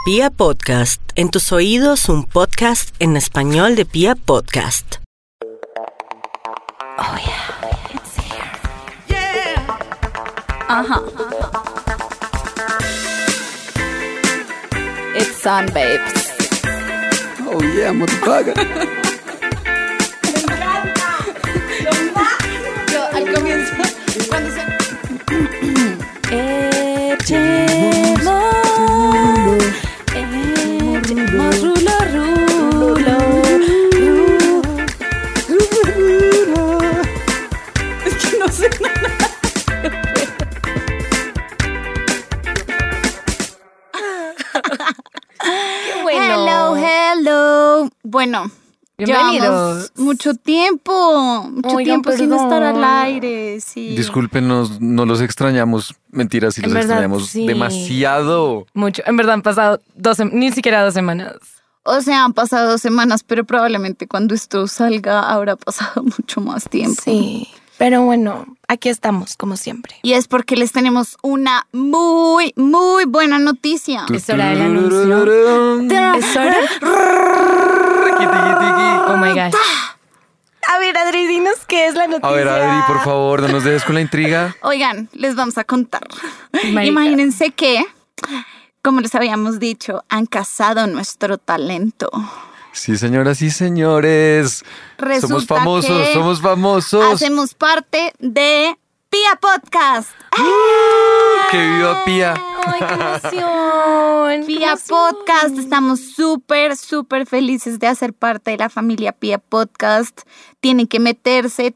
Pia Podcast, en tus oídos un podcast en español de Pia Podcast. Oh yeah, it's here. Yeah. Ajá. It's sun, babes. Oh yeah, motherfucker. Yo al comienzo, cuando se... Echemos rulo, rulo, rulo. Es que no sé nada. Qué bueno. Hello, hello. Bueno, Bienvenidos. llevamos mucho tiempo Oigan, sin perdón. estar al aire, sí. Discúlpenos, no los extrañamos. Mentiras, sí En los verdad, extrañamos sí. demasiado. Mucho. En verdad han pasado ni siquiera 2 semanas. O sea, han pasado 2 semanas, pero probablemente cuando esto salga habrá pasado mucho más tiempo. Sí. Pero bueno, aquí estamos, como siempre. Y es porque les tenemos una muy, muy buena noticia. Es hora del anuncio. Es hora. Oh my gosh. A ver, Adri, dinos qué es la noticia. A ver, Adri, por favor, no nos dejes con la intriga. Oigan, les vamos a contar. Marica. Imagínense que, como les habíamos dicho, han cazado nuestro talento. Sí, señoras y señores. Somos Resulta famosos, que somos famosos. Hacemos parte de Pia Podcast. ¡Que viva Pia! ¡Ay, qué emoción! Pia Podcast, estamos súper, súper felices de hacer parte de la familia Pia Podcast. Tienen que meterse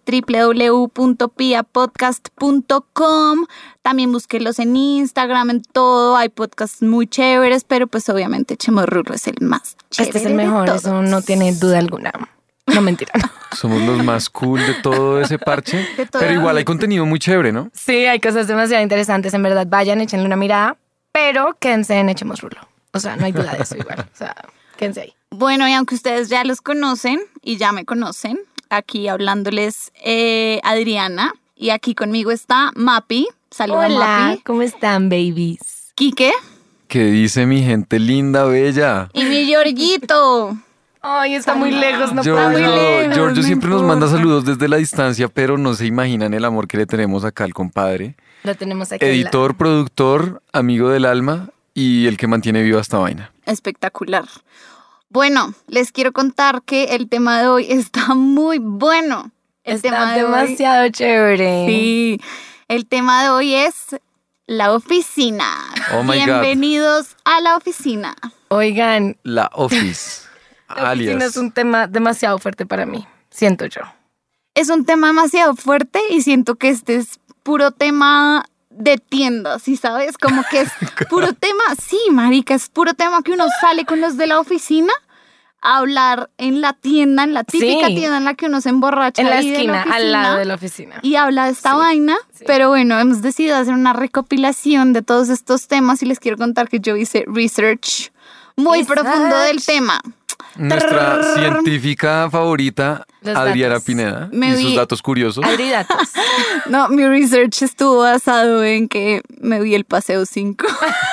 www.piapodcast.com. También búsquenlos en Instagram, en todo. Hay podcasts muy chéveres, pero pues obviamente Chemorrulo es el más chévere. Este es el mejor, de eso todos. no tiene duda alguna. No, mentira. Somos los más cool de todo ese parche. De todo. Pero igual hay contenido muy chévere, ¿no? Sí, hay cosas demasiado interesantes. En verdad, vayan, échenle una mirada, pero quédense en Echemos Rulo. O sea, no hay duda de eso igual. O sea, quédense ahí. Bueno, y aunque ustedes ya los conocen y ya me conocen, aquí hablándoles Adriana, y aquí conmigo está Mapi. Saluda, Hola, Mapi. ¿cómo están, babies? Quique ¿Qué dice mi gente linda, bella? y mi Georgito. Ay, está muy lejos, no puedo. Giorgio no siempre nos manda importa. saludos desde la distancia, pero no se imaginan el amor que le tenemos acá al compadre. Lo tenemos aquí. Editor, productor, amigo del alma y el que mantiene viva esta vaina. Espectacular. Bueno, les quiero contar que el tema de hoy está muy bueno. El Está tema de hoy- demasiado chévere. Sí, el tema de hoy es la oficina. Oh my God. Bienvenidos a la oficina. Oigan, La Office, la oficina alias. es un tema demasiado fuerte para mí, siento yo. Es un tema demasiado fuerte y siento que este es puro tema de tiendas, ¿sí sabes? Como que es puro tema, sí, marica, es puro tema que uno sale con los de la oficina a hablar en la tienda, en la típica Sí. tienda en la que uno se emborracha En la ahí de esquina, al oficina lado de la oficina. y habla de esta vaina, sí. pero bueno, hemos decidido hacer una recopilación de todos estos temas y les quiero contar que yo hice research muy Research. profundo del tema. Nuestra científica favorita, Los Adriana datos. Pineda, Me y sus vi- datos curiosos. Adri datos. No, mi research estuvo basado en que me vi el Paseo 5.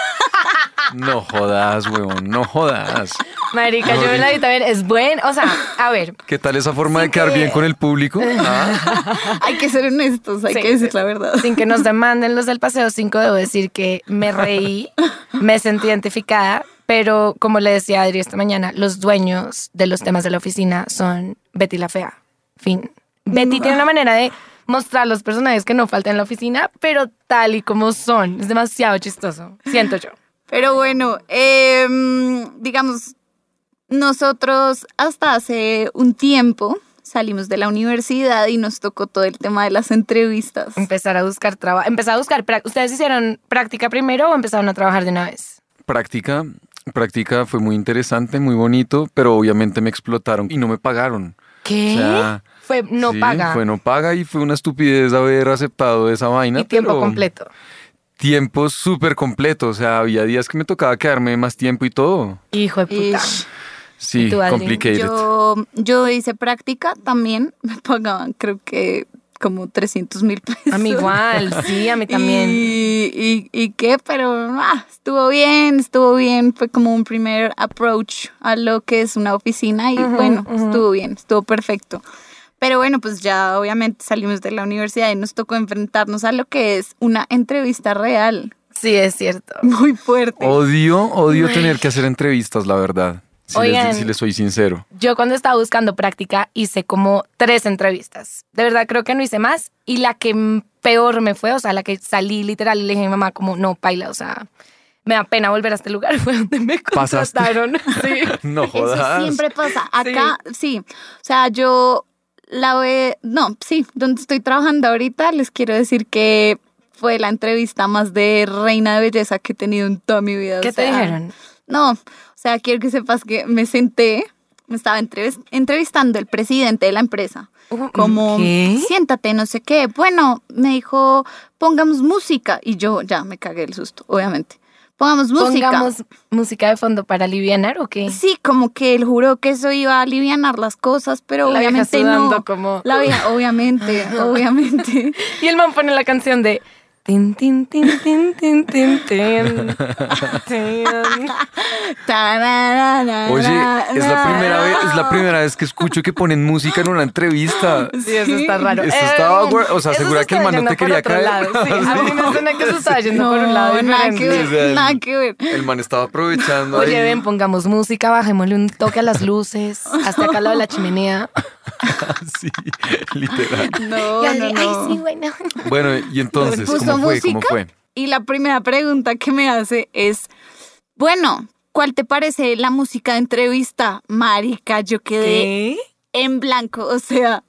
No jodas, huevón, no jodas. Marica, yo la vi también, es buen, o sea, a ver, ¿Qué tal esa forma de quedar bien con el público? ¿Ah? Hay que ser honestos, hay Sí, que decir sí. la verdad. sin que nos demanden los del Paseo 5, debo decir que me reí, me sentí identificada, pero como le decía a Adri esta mañana, los dueños de los temas de la oficina son Betty la Fea. Fin. Betty tiene una manera de mostrar los personajes que no faltan en la oficina, pero tal y como son. Es demasiado chistoso, siento yo. Pero bueno, digamos, nosotros hasta hace un tiempo salimos de la universidad y nos tocó todo el tema de las entrevistas. Empezar a buscar trabajo. ¿Ustedes hicieron práctica primero o empezaron a trabajar de una vez? Práctica fue muy interesante, muy bonito, pero obviamente me explotaron y no me pagaron. ¿Qué? O sea, Fue no sí, paga. Fue no paga y fue una estupidez haber aceptado esa vaina. Y tiempo pero completo. Tiempo súper completo, o sea, había días que me tocaba quedarme más tiempo y todo. Hijo de puta. Ish. Sí, ¿Y tú, Adri? complicated. Yo hice práctica también, me pagaban creo que como 300,000 pesos. A mí igual, sí, a mí también. ¿Y qué? Pero estuvo bien. Fue como un primer approach a lo que es una oficina y estuvo bien, estuvo perfecto. Pero bueno, pues ya obviamente salimos de la universidad y nos tocó enfrentarnos a lo que es una entrevista real. Sí, es cierto. Muy fuerte. Odio tener que hacer entrevistas, la verdad. Oigan, Si les soy sincero. Yo cuando estaba buscando práctica hice como 3 entrevistas. De verdad creo que no hice más. Y la que peor me fue, o sea, la que salí literal y le dije a mi mamá como, no, paila, o sea, me da pena volver a este lugar. Fue donde me contrataron. Sí. No jodas. Eso siempre pasa. Acá, sí. O sea, yo donde estoy trabajando ahorita, les quiero decir que fue la entrevista más de reina de belleza que he tenido en toda mi vida. ¿Qué te dijeron? No, o sea, quiero que sepas que me estaba entrevistando el presidente de la empresa. Como, ¿qué? siéntate, no sé qué. Bueno, me dijo, pongamos música. Y yo ya me cagué el susto, obviamente. Pongamos música de fondo para alivianar o qué? Sí, como que él juró que eso iba a alivianar las cosas, pero la obviamente vieja sudando no. Como... La vieja, obviamente. Y el man pone la canción de... Tin, tin, tin, tin, tin, tin, tin. Oye, es la primera vez que escucho que ponen música en una entrevista. Sí, eso está raro. Esto estaba, o sea, segura que el man no te quería caer. Sí, a mí me suena que se estaba yendo por un lado diferente. Nada que ver. El man estaba aprovechando. Oye, ahí. ven, pongamos música, bajémosle un toque a las luces, hasta acá al lado de la chimenea. Sí, literal. No. Ay, sí, bueno. Bueno, y entonces, ¿puso ¿cómo música? fue? Y la primera pregunta que me hace es, bueno, ¿cuál te parece la música de entrevista? Marica, yo quedé en blanco, o sea,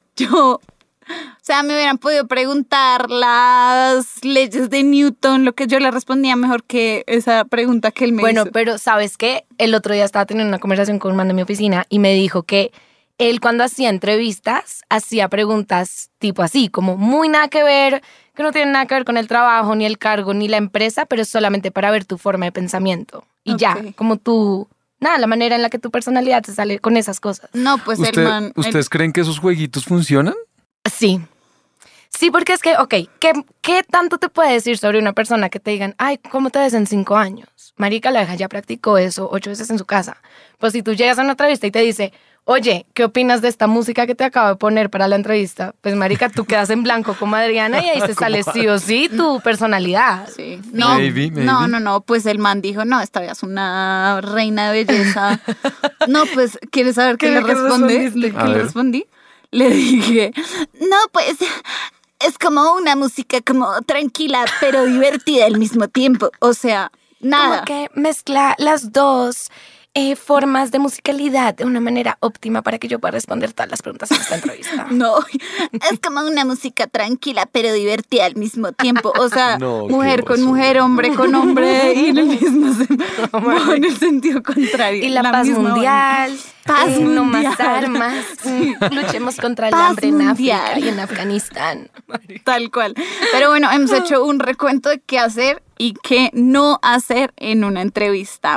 me hubieran podido preguntar las leyes de Newton, lo que yo le respondía mejor que esa pregunta que él me hizo. Bueno, pero ¿sabes qué? El otro día estaba teniendo una conversación con un man de mi oficina y me dijo que él cuando hacía entrevistas hacía preguntas tipo así, como muy nada que ver, que no tienen nada que ver con el trabajo, ni el cargo, ni la empresa, pero es solamente para ver tu forma de pensamiento. Y ya, como la manera en la que tu personalidad se sale con esas cosas. No, pues ¿Ustedes creen que esos jueguitos funcionan? Sí. Sí, porque es que, ¿qué tanto te puede decir sobre una persona que te digan, ay, ¿cómo te ves en 5 años? Marica, la vieja ya practicó eso 8 veces en su casa. Pues si tú llegas a una entrevista y te dice, oye, ¿qué opinas de esta música que te acabo de poner para la entrevista? Pues, marica, tú quedas en blanco como Adriana y ahí se sale sí o sí tu personalidad. Sí. No, maybe. No, pues el man dijo, no, esta es una reina de belleza. No, pues, ¿quieres saber qué le respondí? ¿Qué le respondí? Le dije, no, pues, es como una música como tranquila, pero divertida al mismo tiempo. O sea, nada. Como que mezcla las dos formas de musicalidad de una manera óptima para que yo pueda responder todas las preguntas en esta entrevista. No, es como una música tranquila, pero divertida al mismo tiempo. O sea, mujer con mujer, hombre con hombre, y en el mismo en el sentido contrario. Y la paz mundial. Paz mundial. No más armas. Sí. Luchemos contra el hambre en África y en Afganistán. Tal cual. Pero bueno, hemos hecho un recuento de qué hacer y qué no hacer en una entrevista.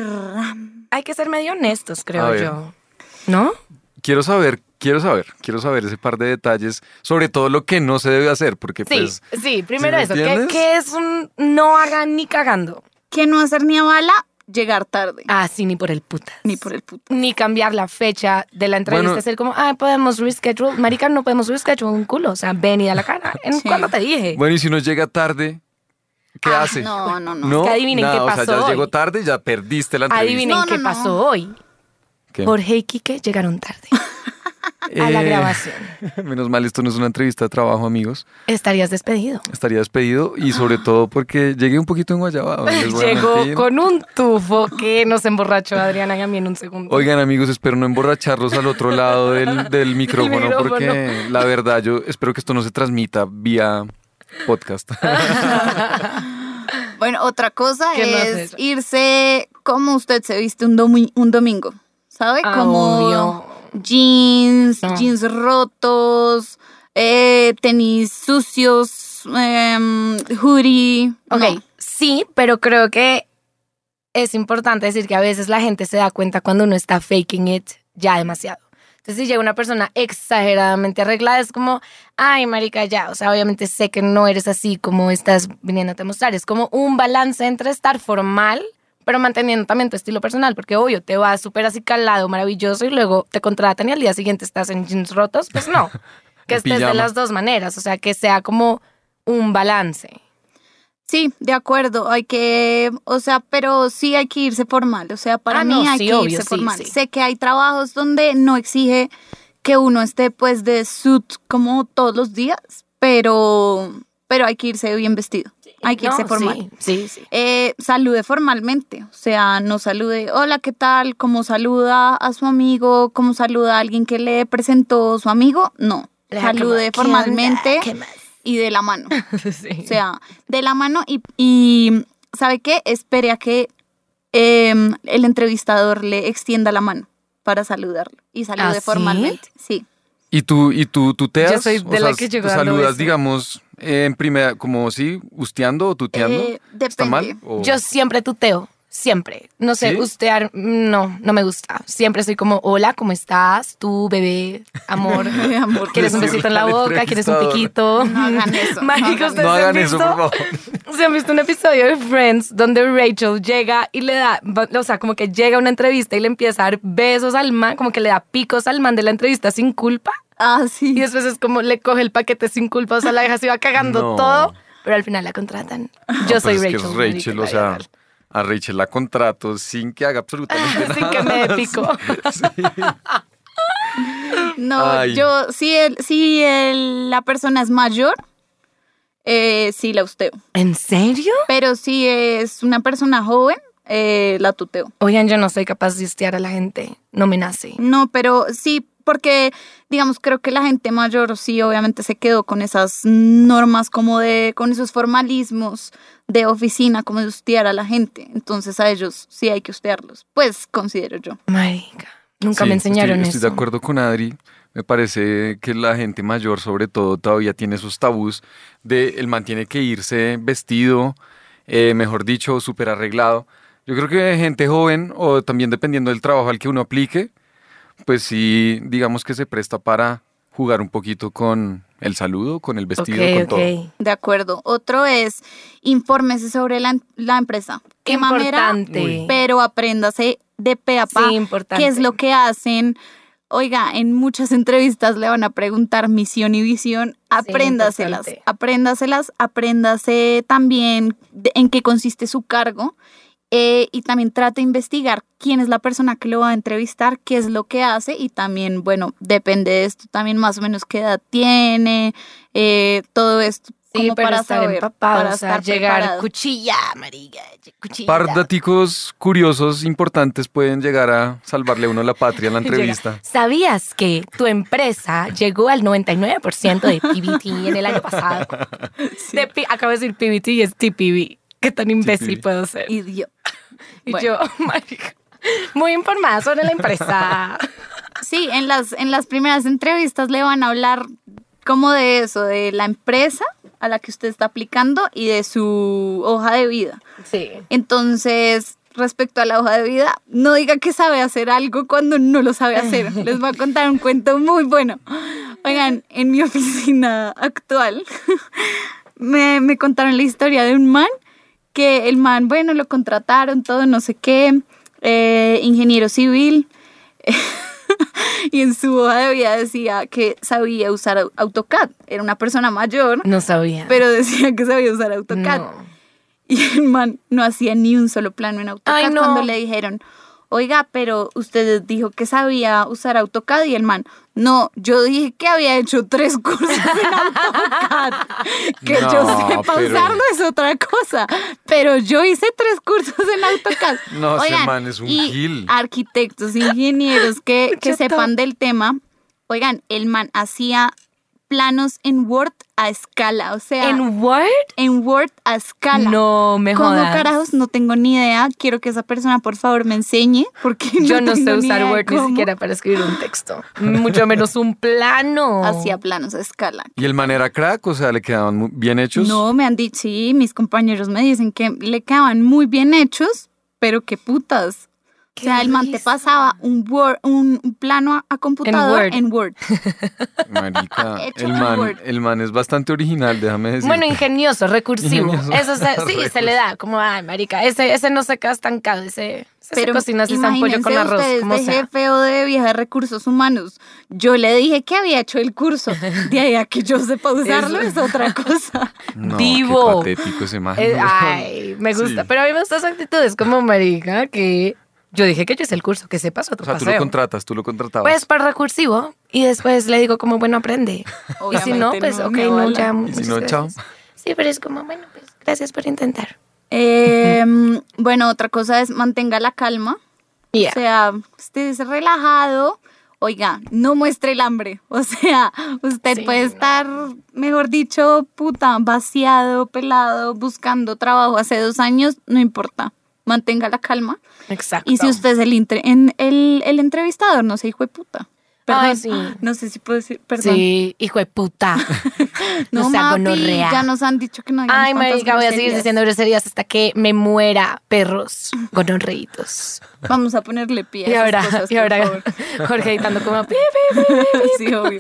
Hay que ser medio honestos, creo yo. ¿No? Quiero saber ese par de detalles, sobre todo lo que no se debe hacer, porque Sí, primero eso, que es un no hagan ni cagando. ¿Qué no hacer ni a bala? Llegar tarde. Ah, sí, ni por el putas. Ni cambiar la fecha de la entrevista. Ser como, podemos reschedule. Marica, no podemos reschedule un culo. O sea, ven y da la cara. ¿Cuándo te dije? Bueno, y si uno llega tarde, ¿qué hace? No. Es que adivinen qué pasó o sea, ya hoy. llegó tarde, ya perdiste la entrevista. Adivinen qué pasó hoy. ¿Qué? Jorge y Quique llegaron tarde a la grabación. Menos mal, esto no es una entrevista de trabajo, amigos. Estaría despedido y sobre todo porque llegué un poquito enguayabado. Llegó con un tufo que nos emborrachó Adriana y a mí en un segundo. Oigan, amigos, espero no emborracharlos al otro lado del micrófono, porque la verdad yo espero que esto no se transmita vía podcast. Bueno, otra cosa es irse como usted se viste un domingo, ¿sabe? Como obvio. Jeans rotos, tenis sucios, hoodie. Sí, pero creo que es importante decir que a veces la gente se da cuenta cuando uno está faking it ya demasiado. Entonces, si llega una persona exageradamente arreglada, es como, ay, marica, ya. O sea, obviamente sé que no eres así como estás viniéndote a mostrar. Es como un balance entre estar formal, pero manteniendo también tu estilo personal. Porque, obvio, te vas súper así calado, maravilloso, y luego te contratan y al día siguiente estás en jeans rotos. Pues no. Que estés de las dos maneras. O sea, que sea como un balance. Sí, de acuerdo, pero sí hay que irse formal, o sea, para mí hay que irse formal. Sí. Sé que hay trabajos donde no exige que uno esté pues de suit como todos los días, pero hay que irse bien vestido, hay que irse formal. Sí. Salude formalmente, o sea, no salude, hola, ¿qué tal? ¿Cómo saluda a su amigo? ¿Cómo saluda a alguien que le presentó su amigo? No, salude formalmente. ¿Qué más? Y de la mano. Sí. O sea, de la mano y ¿sabe qué? Espere a que el entrevistador le extienda la mano para saludarlo y salude ¿Ah, formalmente. Sí. ¿Y tú tuteas? Yo soy de la que llegó ¿tú dando saludas, beso. digamos, en primera, como sí, husteando o tuteando? Depende. ¿Está mal? ¿O- Yo siempre tuteo, siempre. No sé, ¿Sí? ustear, no me gusta. Siempre soy como, hola, ¿cómo estás? Tú, bebé, amor. Amor, ¿Quieres un Decirle besito en la al boca? ¿Quieres un entrevistador. piquito? No hagan eso, Marico, ¿ustedes No se han hagan eso, visto? por favor. ¿Se han visto un episodio de Friends donde Rachel llega y le da, o sea, como que llega a una entrevista y le empieza a dar besos al man, como que le da picos al man de la entrevista sin culpa? Ah, sí. Y después es como le coge el paquete sin culpa, o sea, la deja se va cagando No. todo, pero al final la contratan. Yo soy Pues es Rachel. que es marica, Rachel, la o sea, vida real. a Rachel la contrato sin que haga absolutamente nada. Sin que me dé pico. Sí. No, Ay. yo, la persona es mayor, sí la usteo. ¿En serio? Pero si es una persona joven, la tuteo. Oigan, yo no soy capaz de hostear a la gente. No me nace. No, pero sí, porque, digamos, creo que la gente mayor sí, obviamente se quedó con esas normas con esos formalismos de oficina, como de hostear a la gente. Entonces a ellos sí hay que hostearlos. Pues considero yo. Marica, nunca Sí, me enseñaron estoy eso. de acuerdo con Adri. Me parece que la gente mayor, sobre todo, todavía tiene esos tabús de el man tiene que irse vestido, mejor dicho, súper arreglado. Yo creo que gente joven, o también dependiendo del trabajo al que uno aplique, pues sí, digamos que se presta para jugar un poquito con el saludo, con el vestido, con todo. De acuerdo. Otro es, infórmese sobre la empresa. Qué mamera, Importante. pero apréndase de pe a pa Sí, importante. qué es lo que hacen. Oiga, en muchas entrevistas le van a preguntar misión y visión. Apréndaselas, importante. apréndase también en qué consiste su cargo. Y también trate de investigar quién es la persona que lo va a entrevistar, qué es lo que hace y también, bueno, depende de esto también más o menos qué edad tiene, todo esto. Sí, como pero para estar saber, empapado, para o sea, estar llegar preparado. cuchilla, marica, cuchilla. Par daticos curiosos, importantes, pueden llegar a salvarle a uno la patria en la entrevista. Llega. ¿Sabías que tu empresa llegó al 99% de PBT en el año pasado? Acabo de decir PBT y es TPV. ¿Qué tan imbécil TPV. puedo ser? Idiota. Y Bueno. yo, marica, muy informada sobre la empresa. Sí, en las primeras entrevistas le van a hablar como de eso, de la empresa a la que usted está aplicando y de su hoja de vida. Sí. Entonces, respecto a la hoja de vida, no diga que sabe hacer algo cuando no lo sabe hacer. Les voy a contar un cuento muy bueno. Oigan, en mi oficina actual me contaron la historia de un man que el man, bueno, lo contrataron, todo no sé qué, ingeniero civil, y en su hoja de vida decía que sabía usar AutoCAD. Era una persona mayor, No sabía. pero decía que sabía usar AutoCAD. No. Y el man no hacía ni un solo plano en AutoCAD. Ay, no. Cuando le dijeron, oiga, pero usted dijo que sabía usar AutoCAD, y el man, no, yo dije que había hecho 3 cursos en AutoCAD. Que No, yo sepa pero- usarlo es otra cosa, pero yo hice 3 cursos en AutoCAD. No, ese man es un y gil. arquitectos, ingenieros que Yo sepan del tema, oigan, el man hacía planos en Word a escala, o sea, ¿En Word? en Word a escala. No me ¿Cómo jodas. carajos? No tengo ni idea. Quiero que esa persona, por favor, me enseñe, porque Yo no sé tengo ni usar idea de Word ni cómo. siquiera para escribir un texto. Mucho menos un plano. Hacía planos a escala. ¿Y el man era crack? O sea, ¿le quedaban bien hechos? No, me han dicho, sí, mis compañeros me dicen que le quedaban muy bien hechos, pero qué putas. O sea, el man te pasaba un plano a computador en Word. Marica, Hecho en Word. el man es bastante original, déjame decir. Bueno, ingenioso, recursivo. Ingenioso. Eso se le da. Como, ay, marica, ese no se queda estancado. Ese se cocina así un pollo con arroz. Ustedes Como de sea. jefe o de vieja de recursos humanos. Yo le dije que había hecho el curso. De ahí a que yo sepa usarlo es otra cosa. No, Divo. qué patético ese man. Ay, me gusta. Sí. Pero a mí me gusta su actitud. Es como, marica, que yo dije que yo hice el curso, que sepas otro O sea, paseo. tú lo contratabas. Pues para recursivo. Y después le digo como, bueno, aprende. Y si no, Obviamente pues, no, ok, no no, vale. ya. Y muchas si no, chao. gracias. Sí, pero es como, bueno, pues gracias por intentar. Bueno, otra cosa es mantenga la calma. Yeah. O sea, estés relajado. Oiga, no muestre el hambre. O sea, usted Sí, puede no. estar, mejor dicho, puta, vaciado, pelado, buscando trabajo hace 2 años, no importa. Mantenga la calma. Exacto. Y si usted es el entrevistador, no sé, hijo de puta. Perdón. Ay, sí. No sé si puedo decir, perdón. Sí, hijo de puta. No, sea mapi, gonorrea. ya nos han dicho que no digamos Ay, tantas marica, voy a seguir groserías. diciendo groserías hasta que me muera, perros gonorreitos. Vamos a ponerle pie a Y esas ahora, cosas, y por ahora favor. Jorge editando como pi, Sí, obvio.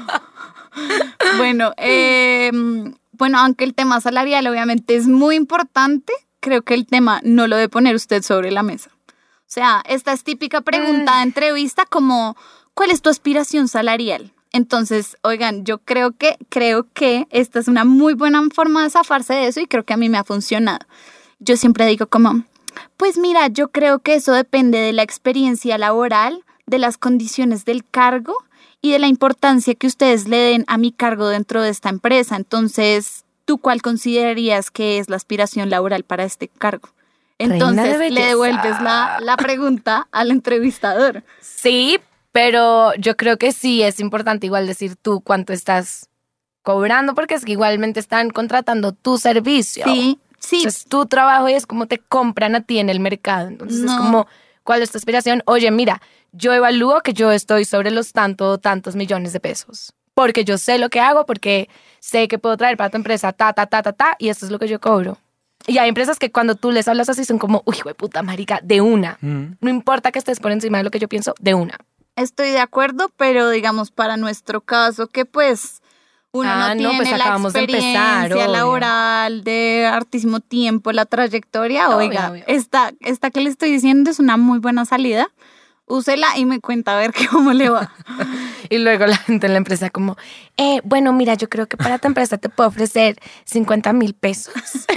Bueno, bueno, aunque el tema salarial obviamente es muy importante, creo que el tema no lo debe poner usted sobre la mesa. O sea, esta es típica pregunta de entrevista como, ¿cuál es tu aspiración salarial? Entonces, oigan, yo creo que esta es una muy buena forma de zafarse de eso y creo que a mí me ha funcionado. Yo siempre digo como, pues mira, yo creo que eso depende de la experiencia laboral, de las condiciones del cargo y de la importancia que ustedes le den a mi cargo dentro de esta empresa. Entonces, ¿tú cuál considerarías que es la aspiración laboral para este cargo? Reina de Entonces, le belleza. devuelves la pregunta al entrevistador. Sí, pero yo creo que sí es importante igual decir tú cuánto estás cobrando, porque es que igualmente están contratando tu servicio. Sí, sí. Es tu trabajo y es como te compran a ti en el mercado. Entonces No. es como, ¿cuál es tu aspiración? Oye, mira, yo evalúo que yo estoy sobre los tantos millones de pesos. Porque yo sé lo que hago, porque sé que puedo traer para tu empresa, y esto es lo que yo cobro. Y hay empresas que cuando tú les hablas así son como, uy, hijo de puta marica, de una. No importa que estés por encima de lo que yo pienso, de una. Estoy de acuerdo, pero digamos para nuestro caso que pues uno no No, tiene pues la acabamos de experiencia empezar, obvio. laboral de hartísimo tiempo, la trayectoria, Obvio, oiga, obvio. esta que le estoy diciendo es una muy buena salida. Úsela y me cuenta a ver cómo le va. Y luego la gente en la empresa como, bueno, mira, yo creo que para tu empresa te puedo ofrecer 50,000 pesos.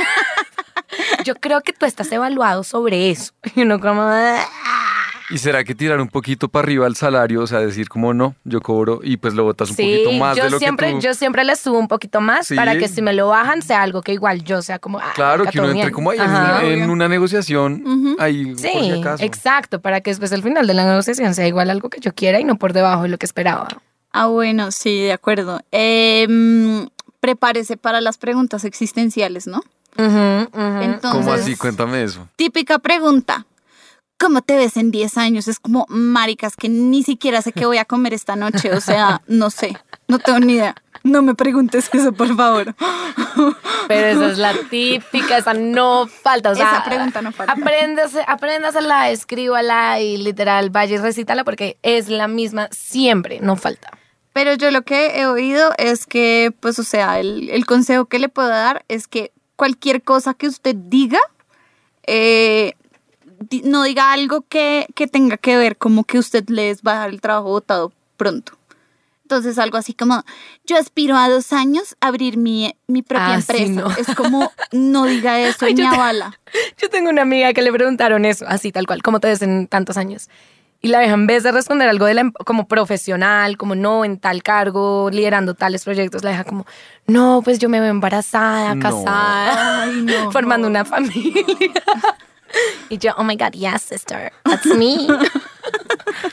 Yo creo que tú estás evaluado sobre eso. Y uno como, ¿Y será que tirar un poquito para arriba el salario? O sea, decir como no, yo cobro y pues lo botas un poquito más de lo que tú... yo siempre le subo un poquito más Sí. para que si me lo bajan sea algo que igual yo sea como, Claro, marica, que uno todo entre bien. como ahí Ajá. en una negociación, ahí por si Sí, acaso. exacto, para que después al final de la negociación sea igual algo que yo quiera y no por debajo de lo que esperaba. Ah, bueno, sí, de acuerdo. Prepárese para las preguntas existenciales, ¿no? Entonces, ¿Cómo así? Cuéntame eso. típica pregunta. ¿Cómo te ves en 10 años? Es como, maricas, que ni siquiera sé qué voy a comer esta noche. O sea, no sé, no tengo ni idea. No me preguntes eso, por favor. Pero esa es la típica, esa no falta. O sea, Esa pregunta no falta. Apréndasela, escríbala y literal vaya y recítala porque es la misma siempre, no falta. Pero yo lo que he oído es que, pues, o sea, el consejo que le puedo dar es que cualquier cosa que usted diga, no diga algo que tenga que ver como que usted les va a dar el trabajo botado pronto. Entonces algo así como, yo aspiro a 2 años a abrir mi propia Sí, empresa. no. Es como, no diga eso Ay, ni yo te- avala. Yo tengo una amiga que le preguntaron eso, así tal cual, ¿cómo te ves en tantos años? Y la vieja en vez de responder algo de como profesional, como no, en tal cargo, liderando tales proyectos, la deja como, no, pues yo me veo embarazada, No. casada, Ay, no. formando una familia. Y yo, oh my God, yes, sister, that's me.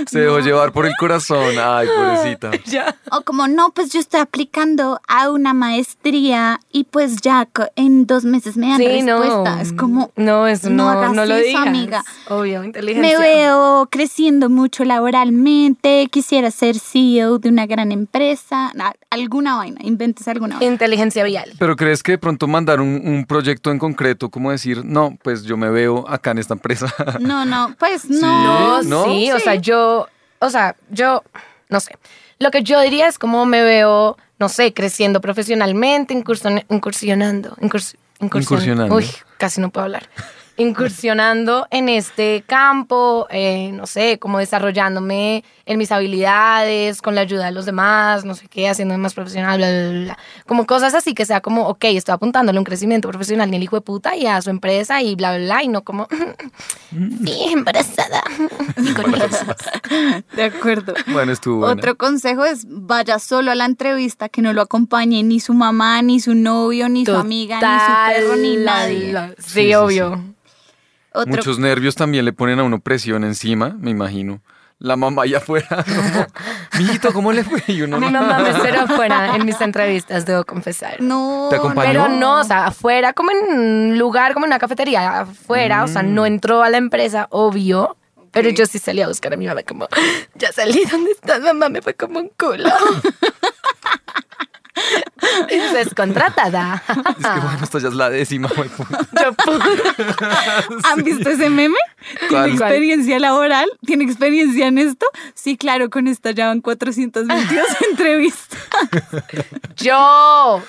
Se dejó llevar por el corazón. Ay, pobrecita. Ya. O como, no, pues yo estoy aplicando a una maestría y pues ya en 2 meses me dan Sí, respuesta. no. Es como, No, eso no no, hagas no lo eso, digas. amiga. Obvio, inteligencia. me veo creciendo mucho laboralmente, quisiera ser CEO de una gran empresa. Alguna vaina, inventes alguna vaina. Inteligencia vial. ¿Pero crees que de pronto mandar un proyecto en concreto, como decir, no, pues yo me veo acá en esta empresa? No, pues Sí. no. No, ¿No? sí, o sea, yo, no sé. Lo que yo diría es como me veo, no sé, creciendo profesionalmente, incursionando. Uy, casi no puedo hablar. Incursionando en este campo, no sé, como desarrollándome en mis habilidades, con la ayuda de los demás, no sé qué, haciéndome más profesional, bla, bla, bla, bla. Como cosas así que sea como, ok, estoy apuntándole un crecimiento profesional ni el hijo de puta y a su empresa y bla, bla, bla, y no como, sí, embarazada. Y con hijos. De acuerdo. Bueno, estuvo buena. Otro consejo es vaya solo a la entrevista, que no lo acompañe ni su mamá, ni su novio, ni su amiga, ni su perro, ni nadie. Sí, Sí, obvio. Otro, Muchos nervios también le ponen a uno presión encima, me imagino. La mamá allá afuera, como, mijito, ¿cómo le fue? Y uno, Mi mamá me esperó afuera en mis entrevistas, debo confesar. no, ¿Te acompañó? Pero no, o sea, afuera, como en un lugar, como en una cafetería, afuera, o sea, no entró a la empresa, obvio. Pero yo sí salí a buscar a mi mamá como, ya salí, ¿dónde estás, mamá? Me fue como un culo. Descontratada. es que bueno, esta ya es la 10ª. güey. ¿Han visto ese meme? ¿Tiene ¿Cuál? experiencia laboral? ¿Tiene experiencia en esto? Sí, claro, con esta ya van 422 entrevistas. Yo,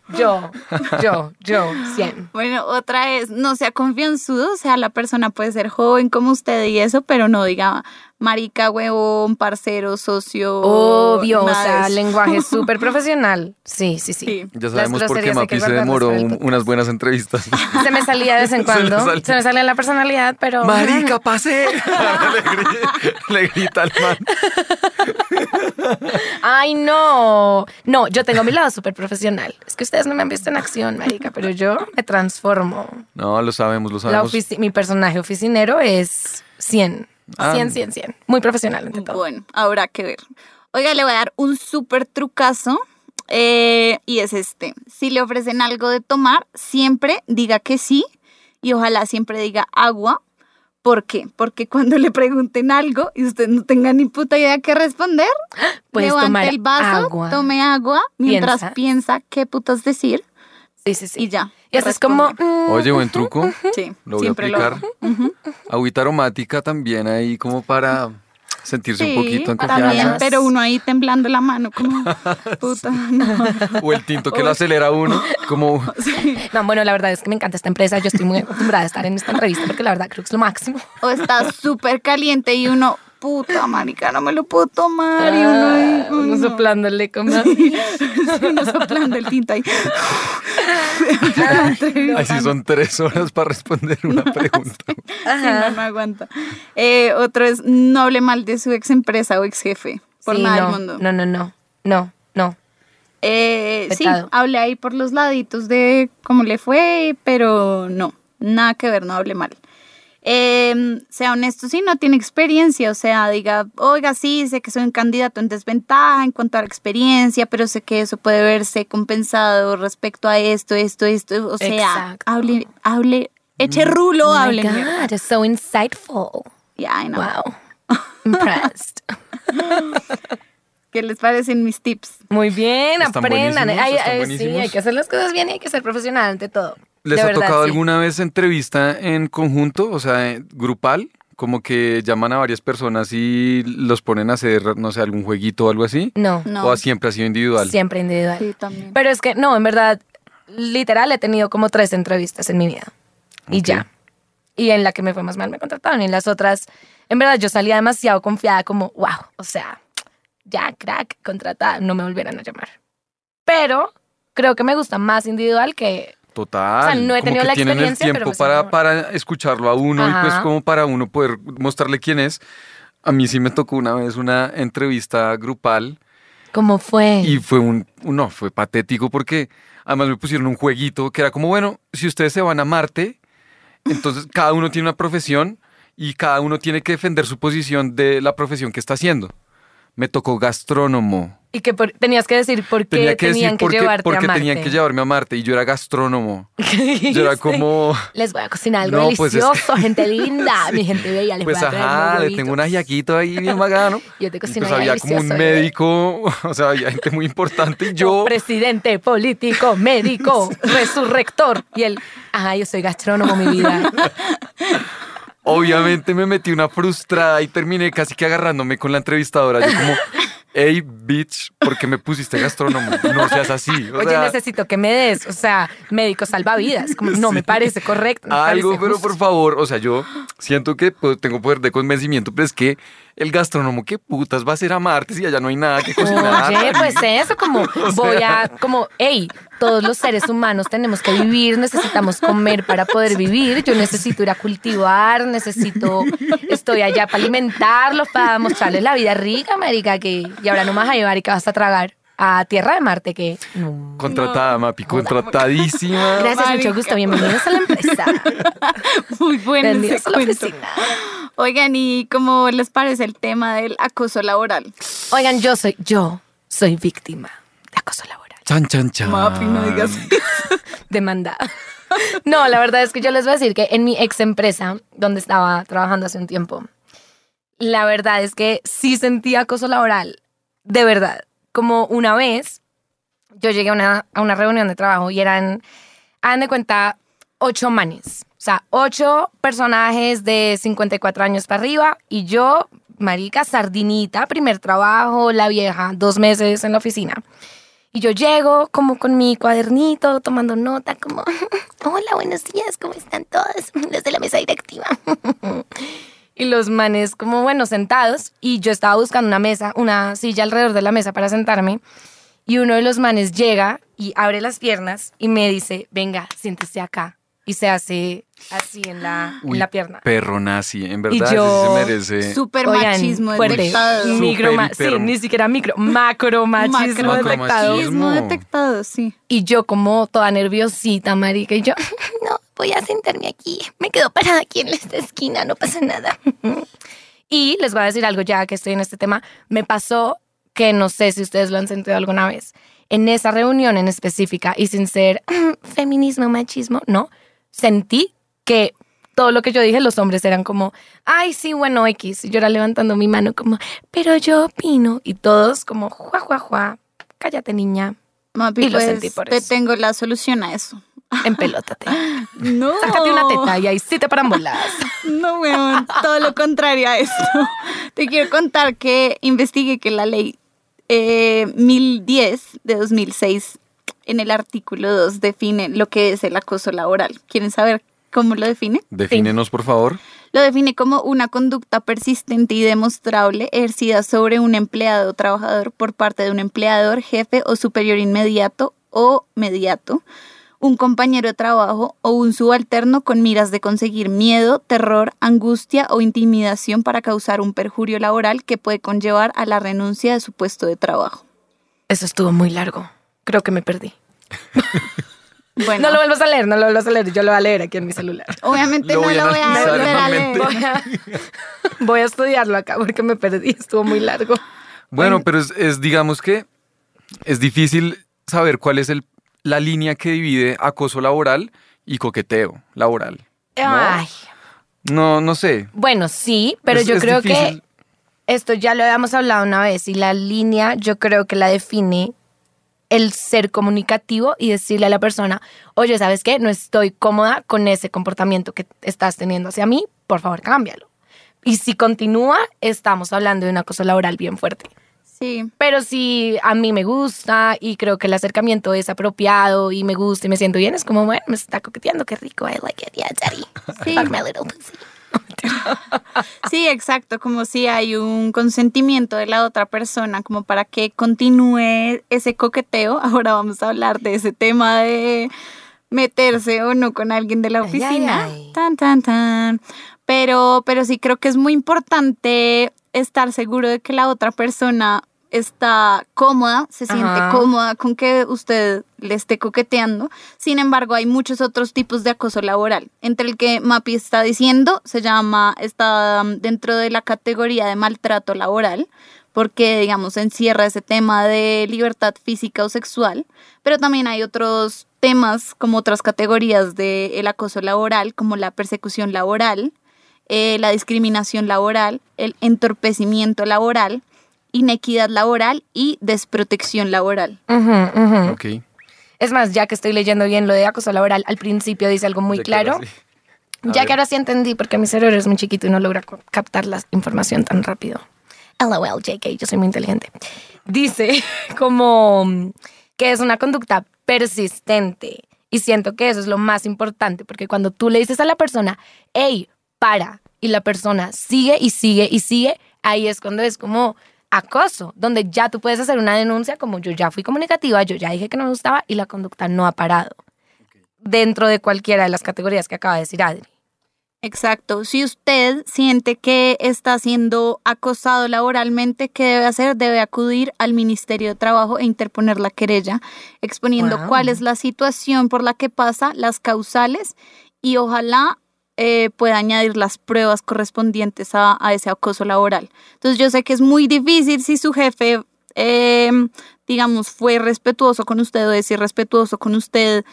100. Bueno, otra es, no sea confianzudo, o sea, la persona puede ser joven como usted y eso, pero no diga marica, huevón, parcero, socio. Obvio, o nada de sea, eso. lenguaje súper profesional. Sí. Sí. Ya Las sabemos por qué groserías hay Mapi que se guardarlas demoró para el podcast. unas buenas entrevistas. Se me salía de vez en cuando. salía. Se me salía la personalidad, pero... ¡Marica, pasé! le grita al man. Ay, no. No, yo tengo mi lado súper profesional. Es que ustedes no me han visto en acción, marica, pero yo me transformo. No, lo sabemos, lo sabemos. Mi personaje oficinero es 100. Ah. 100. Muy profesional ante todo. Bueno, habrá que ver. Oiga, le voy a dar un súper trucazo y es este. Si le ofrecen algo de tomar, siempre diga que sí y ojalá siempre diga agua. ¿Por qué? Porque cuando le pregunten algo y usted no tenga ni puta idea qué responder, Puedes levante tomar el vaso, agua. tome agua mientras piensa qué putas decir Sí. y ya. Y eso es como... responde. Oye, buen truco. Sí, Lo voy a siempre aplicar. hago. Ujú. Agüita aromática también ahí como para sentirse un poquito en para confianza. también, pero uno ahí temblando la mano como, puta, no. O el tinto que lo acelera a uno, como... No, bueno, la verdad es que me encanta esta empresa. Yo estoy muy acostumbrada a estar en esta entrevista porque la verdad creo que es lo máximo. O está súper caliente y uno, puta, marica, no me lo puedo tomar. Y uno ahí, uy, Uno no. soplándole como... Uno soplando el tinto ahí. Así son 3 horas para responder una pregunta. Sí, no aguanta. Otro es, no hable mal de su ex empresa o ex jefe. Por Sí, nada no, del mundo. No. Sí, Vetado. hable ahí por los laditos de cómo le fue, pero no, nada que ver, no hable mal. Sea honesto, si no tiene experiencia, o sea, diga, oiga, sí, sé que soy un candidato en desventaja en cuanto a la experiencia, pero sé que eso puede verse compensado respecto a esto, o sea, Exacto. hable, eche rulo, Oh my hable. God, it's so insightful. Ya, no. Wow. Impressed. ¿Qué les parecen mis tips? Muy bien, Están aprendan. buenísimos, están Sí, buenísimos. hay que hacer las cosas bien y hay que ser profesional ante todo. ¿Les De ha verdad, tocado sí. alguna vez entrevista en conjunto, o sea, grupal? Como que llaman a varias personas y los ponen a hacer, no sé, algún jueguito o algo así. No, No. ¿O siempre ha sido individual? siempre individual. Sí, también. Pero es que, no, en verdad, literal, he tenido como 3 entrevistas en mi vida. Y Ok. ya. Y en la que me fue más mal me contrataron. Y en las otras, en verdad, yo salía demasiado confiada como, wow, o sea, ya, crack, contratada, no me volvieran a llamar. Pero creo que me gusta más individual que... Total. O sea, no he como tenido que la tienen experiencia, el pero tiempo pues, amor. para escucharlo a uno y pues Ajá. como para uno poder mostrarle quién es. A mí sí me tocó una vez una entrevista grupal ¿Cómo fue? y fue no, fue patético porque además me pusieron un jueguito que era como, bueno, si ustedes se van a Marte, entonces cada uno tiene una profesión y cada uno tiene que defender su posición de la profesión que está haciendo. Me tocó gastrónomo. Y que tenías que decir por qué Tenía que tenían decir que llevarte porque a Marte. tenían que llevarme a Marte y yo era gastrónomo. ¿Qué Yo era dijiste? como... Les voy a cocinar algo No, pues es delicioso, gente linda, mi gente bella, les Pues voy a traer ajá, unos le huevitos. tengo un ajiaquito ahí bien bacano. Yo te Y cocino pues ahí había como un delicioso, bebé. médico, o sea, había gente muy importante y yo... Presidente, político, médico, resurrector. Y él, ajá, yo soy gastrónomo, mi vida. Obviamente me metí una frustrada y terminé casi que agarrándome con la entrevistadora. Yo como, hey, bitch, ¿por qué me pusiste gastrónomo? No seas así. O Oye, sea, necesito que me des, o sea, médico salvavidas. Como, no me parece correcto. No me algo, parece pero justo. por favor, o sea, yo siento que pues, tengo poder de convencimiento, pero es que el gastrónomo, ¿qué putas va a hacer a Marte si allá no hay nada que cocinar? Oye, pues eso, como hey, todos los seres humanos tenemos que vivir, necesitamos comer para poder vivir, yo necesito ir a cultivar, estoy allá para alimentarlos, para mostrarles la vida rica, marica, y ahora no me vas a llevar y que vas a tragar a Tierra de Marte, que no. Contratada, Mapi, contratadísima. Gracias, Marica. mucho gusto, bienvenidos a la empresa. Muy bueno ese Bienvenidos a la cuento. oficina. Oigan, ¿y cómo les parece el tema del acoso laboral? Oigan, yo soy víctima de acoso laboral. Chan, chan, chan. Mapi, no digas Demandada. No, la verdad es que yo les voy a decir que en mi ex empresa, donde estaba trabajando hace un tiempo, la verdad es que sí sentí acoso laboral, de verdad. Como una vez, yo llegué a una reunión de trabajo y hagan de cuenta, 8 manes. O sea, 8 personajes de 54 años para arriba y yo, marica, sardinita, primer trabajo, la vieja, 2 meses en la oficina. Y yo llego como con mi cuadernito, tomando nota, como, hola, buenos días, ¿cómo están todos? Los de la mesa directiva. Y los manes como, bueno, sentados. Y yo estaba buscando una silla alrededor de la mesa para sentarme. Y uno de los manes llega y abre las piernas y me dice, venga, siéntese acá. Y se hace así en la pierna. Perro nazi, en verdad, Y yo- sí se merece. súper Oigan, machismo fuerte. detectado. Súper Sí, ni siquiera macro machismo Macro- detectado. Machismo detectado, sí. Y yo como toda nerviosita, marica, y yo, no, voy a sentarme aquí. Me quedo parada aquí en esta esquina, no pasa nada. Y les voy a decir algo ya que estoy en este tema. Me pasó que no sé si ustedes lo han sentido alguna vez. En esa reunión en específica y sin ser feminismo, machismo, no. Sentí que todo lo que yo dije, los hombres eran como, ay, sí, bueno, X. Y yo era levantando mi mano como, pero yo opino. Y todos como, juá, cállate, niña, Mapi, Y lo pues sentí por te eso. tengo la solución a eso. empelótate. No. Sácate una teta y ahí sí te paran bolas. No, weón, todo lo contrario a esto. Te quiero contar que investigué que la ley 1010 de 2006 en el artículo 2 define lo que es el acoso laboral. ¿Quieren saber cómo lo define? Defínenos, por favor. Lo define como una conducta persistente y demostrable ejercida sobre un empleado o trabajador por parte de un empleador, jefe o superior inmediato o mediato, un compañero de trabajo o un subalterno con miras de conseguir miedo, terror, angustia o intimidación para causar un perjurio laboral que puede conllevar a la renuncia de su puesto de trabajo. Eso estuvo muy largo. Creo que me perdí. Bueno, No lo vuelvas a leer, no lo vuelvas a leer. Yo lo voy a leer aquí en mi celular. obviamente Lo no voy a lo voy a analizar volver en a mi leer. mente. Voy a estudiarlo acá porque me perdí. Estuvo muy largo. Bueno, pero digamos que es difícil saber cuál es la línea que divide acoso laboral y coqueteo laboral. Ay. No sé. Bueno, sí, pero Es- yo es creo difícil. que esto ya lo habíamos hablado una vez y la línea yo creo que la define el ser comunicativo y decirle a la persona, oye, ¿sabes qué? No estoy cómoda con ese comportamiento que estás teniendo hacia mí, por favor, cámbialo. Y si continúa, estamos hablando de un acoso laboral bien fuerte. Sí, Pero si a mí me gusta y creo que el acercamiento es apropiado y me gusta y me siento bien, es como, bueno, me está coqueteando, qué rico, I like it, yeah, daddy. Sí. Fuck my little pussy. sí, exacto, como si hay un consentimiento de la otra persona como para que continúe ese coqueteo. Ahora vamos a hablar de ese tema de meterse o no con alguien de la Ay, oficina. ay, ay. Tan, tan, tan. Pero sí creo que es muy importante estar seguro de que la otra persona está cómoda, se siente Ajá. cómoda con que usted le esté coqueteando. Sin embargo, hay muchos otros tipos de acoso laboral. Entre el que Mapi está diciendo, está dentro de la categoría de maltrato laboral, porque, digamos, encierra ese tema de libertad física o sexual, pero también hay otros temas como otras categorías del acoso laboral, como la persecución laboral, la discriminación laboral, el entorpecimiento laboral, inequidad laboral y desprotección laboral. Ok. Es más, ya que estoy leyendo bien lo de acoso laboral, al principio dice algo muy Ya que claro. ahora sí. A Ya ver. que ahora sí entendí, porque mi cerebro es muy chiquito y no logra captar la información tan rápido. LOL, JK, yo soy muy inteligente. Dice como que es una conducta persistente. Y siento que eso es lo más importante, porque cuando tú le dices a la persona, hey, para, y la persona sigue y sigue y sigue, ahí es cuando es como acoso, donde ya tú puedes hacer una denuncia como yo ya fui comunicativa, yo ya dije que no me gustaba y la conducta no ha parado. Dentro de cualquiera de las categorías que acaba de decir Adri. Exacto. Si usted siente que está siendo acosado laboralmente, ¿qué debe hacer? Debe acudir al Ministerio de Trabajo e interponer la querella, exponiendo Wow. cuál es la situación por la que pasa, las causales, y ojalá pueda añadir las pruebas correspondientes a ese acoso laboral. Entonces yo sé que es muy difícil si su jefe, digamos, fue respetuoso con usted o es irrespetuoso con usted,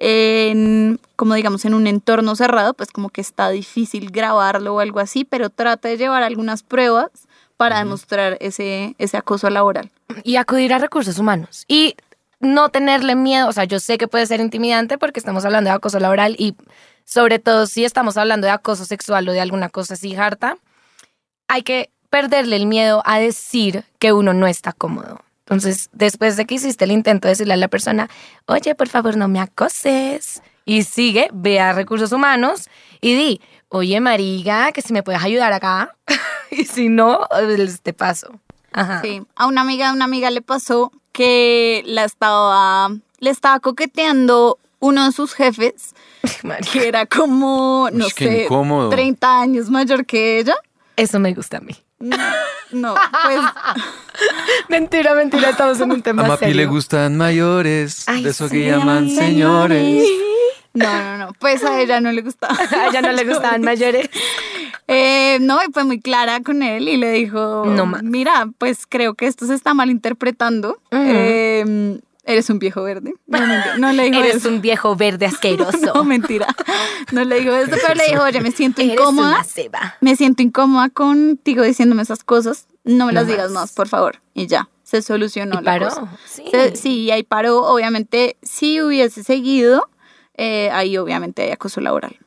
como digamos en un entorno cerrado, pues como que está difícil grabarlo o algo así, pero trate de llevar algunas pruebas para demostrar ese acoso laboral. Y acudir a recursos humanos. Y no tenerle miedo. O sea, yo sé que puede ser intimidante porque estamos hablando de acoso laboral y sobre todo si estamos hablando de acoso sexual o de alguna cosa así harta, hay que perderle el miedo a decir que uno no está cómodo. Entonces, después de que hiciste el intento de decirle a la persona, oye, por favor, no me acoses, y sigue, ve a recursos humanos y di, oye, marica, que si me puedes ayudar acá, y si no, te paso. Ajá. Sí, a una amiga le pasó que le estaba coqueteando uno de sus jefes, Marica, que era como, no Ush, qué sé, incómodo. 30 años mayor que ella. eso me gusta a mí. No, pues Mentira, estamos en un tema A Mapi serio. le gustan mayores, Ay, de eso sí, que llaman señores. no, pues a ella no le gustaba. A ella no le gustaban mayores. No, y fue muy clara con él y le dijo, No más. mira, pues creo que esto se está malinterpretando. Eres un viejo verde. No le dijo Eres eso. un viejo verde asqueroso. No, mentira. No le dijo eso, pero le dijo, oye, me siento Eres incómoda. una ceba. Me siento incómoda contigo diciéndome esas cosas. No me No las digas más. más, por favor. Y ya, se solucionó Y la paró. cosa. Sí. Sí, ahí paró. Obviamente, si hubiese seguido, ahí obviamente hay acoso laboral.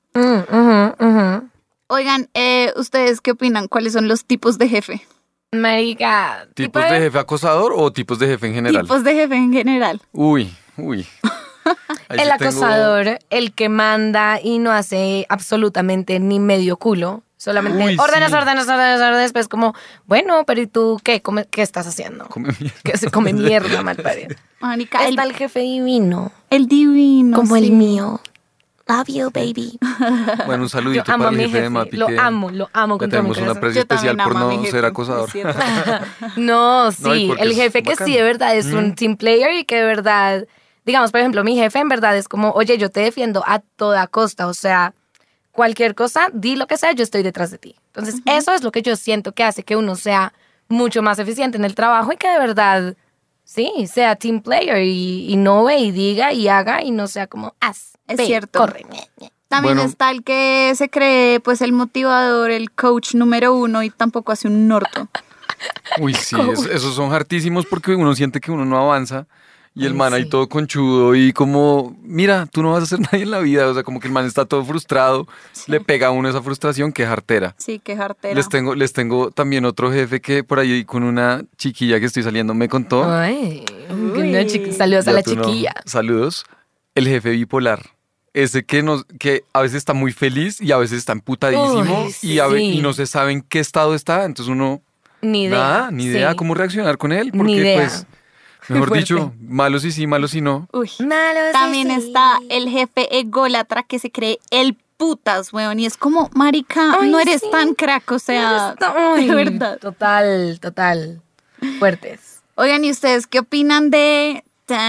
Oigan, ¿ustedes qué opinan? ¿Cuáles son los tipos de jefe? Marica. ¿Tipos de jefe acosador o tipos de jefe en general? Tipos de jefe en general. Uy. Ahí El sí tengo- acosador, el que manda y no hace absolutamente ni medio culo. Solamente Uy, órdenes, sí. órdenes. Después como, bueno, pero ¿y tú qué? ¿Qué estás haciendo? Come mierda. Que se come mierda, mal parido. Mónica, Está el jefe divino, el divino. como sí. el mío. Love you, baby. Bueno, un saludito Yo amo para a el mi jefe de jefe. Mapi. Lo que amo le con todo mi tenemos un corazón. aprecio Yo también especial por amo a mi no jefe, ser es acosador. cierto. No, sí, No, y porque el es jefe que bacano. sí de verdad es un team player y que de verdad, digamos, por ejemplo, mi jefe en verdad es como, oye, yo te defiendo a toda costa, o sea, cualquier cosa, di lo que sea, yo estoy detrás de ti. Entonces, eso es lo que yo siento que hace que uno sea mucho más eficiente en el trabajo y que de verdad, sí, sea team player y no ve y diga y haga y no sea como, Es ve, cierto. corre. También Bueno. está el que se cree pues el motivador, el coach número 1 y tampoco hace un norto. Uy, sí, esos son hartísimos porque uno siente que uno no avanza y el Ay, man ahí sí. todo conchudo y como, mira, tú no vas a ser nadie en la vida, o sea, como que el man está todo frustrado, le pega a uno esa frustración que es jartera. Sí, qué jartera. Les tengo también otro jefe que por ahí con una chiquilla que estoy saliendo me contó. Ay, Uy. saludos a Ya la tú no. chiquilla. Saludos. El jefe bipolar. Ese que a veces está muy feliz y a veces está emputadísimo Uy, y no sí. se sabe en qué estado está, entonces uno Ni idea. nada, ni idea sí. cómo reaccionar con él, porque Ni idea. pues, mejor Fuerte. dicho, malo si sí, malo si no. Uy. Malo, sí, También sí. está el jefe ególatra que se cree el putas, weón. Y es como, marica, Ay, no eres sí. tan crack, o sea, Ay, de verdad. Total. fuertes. Oigan, ¿y ustedes qué opinan de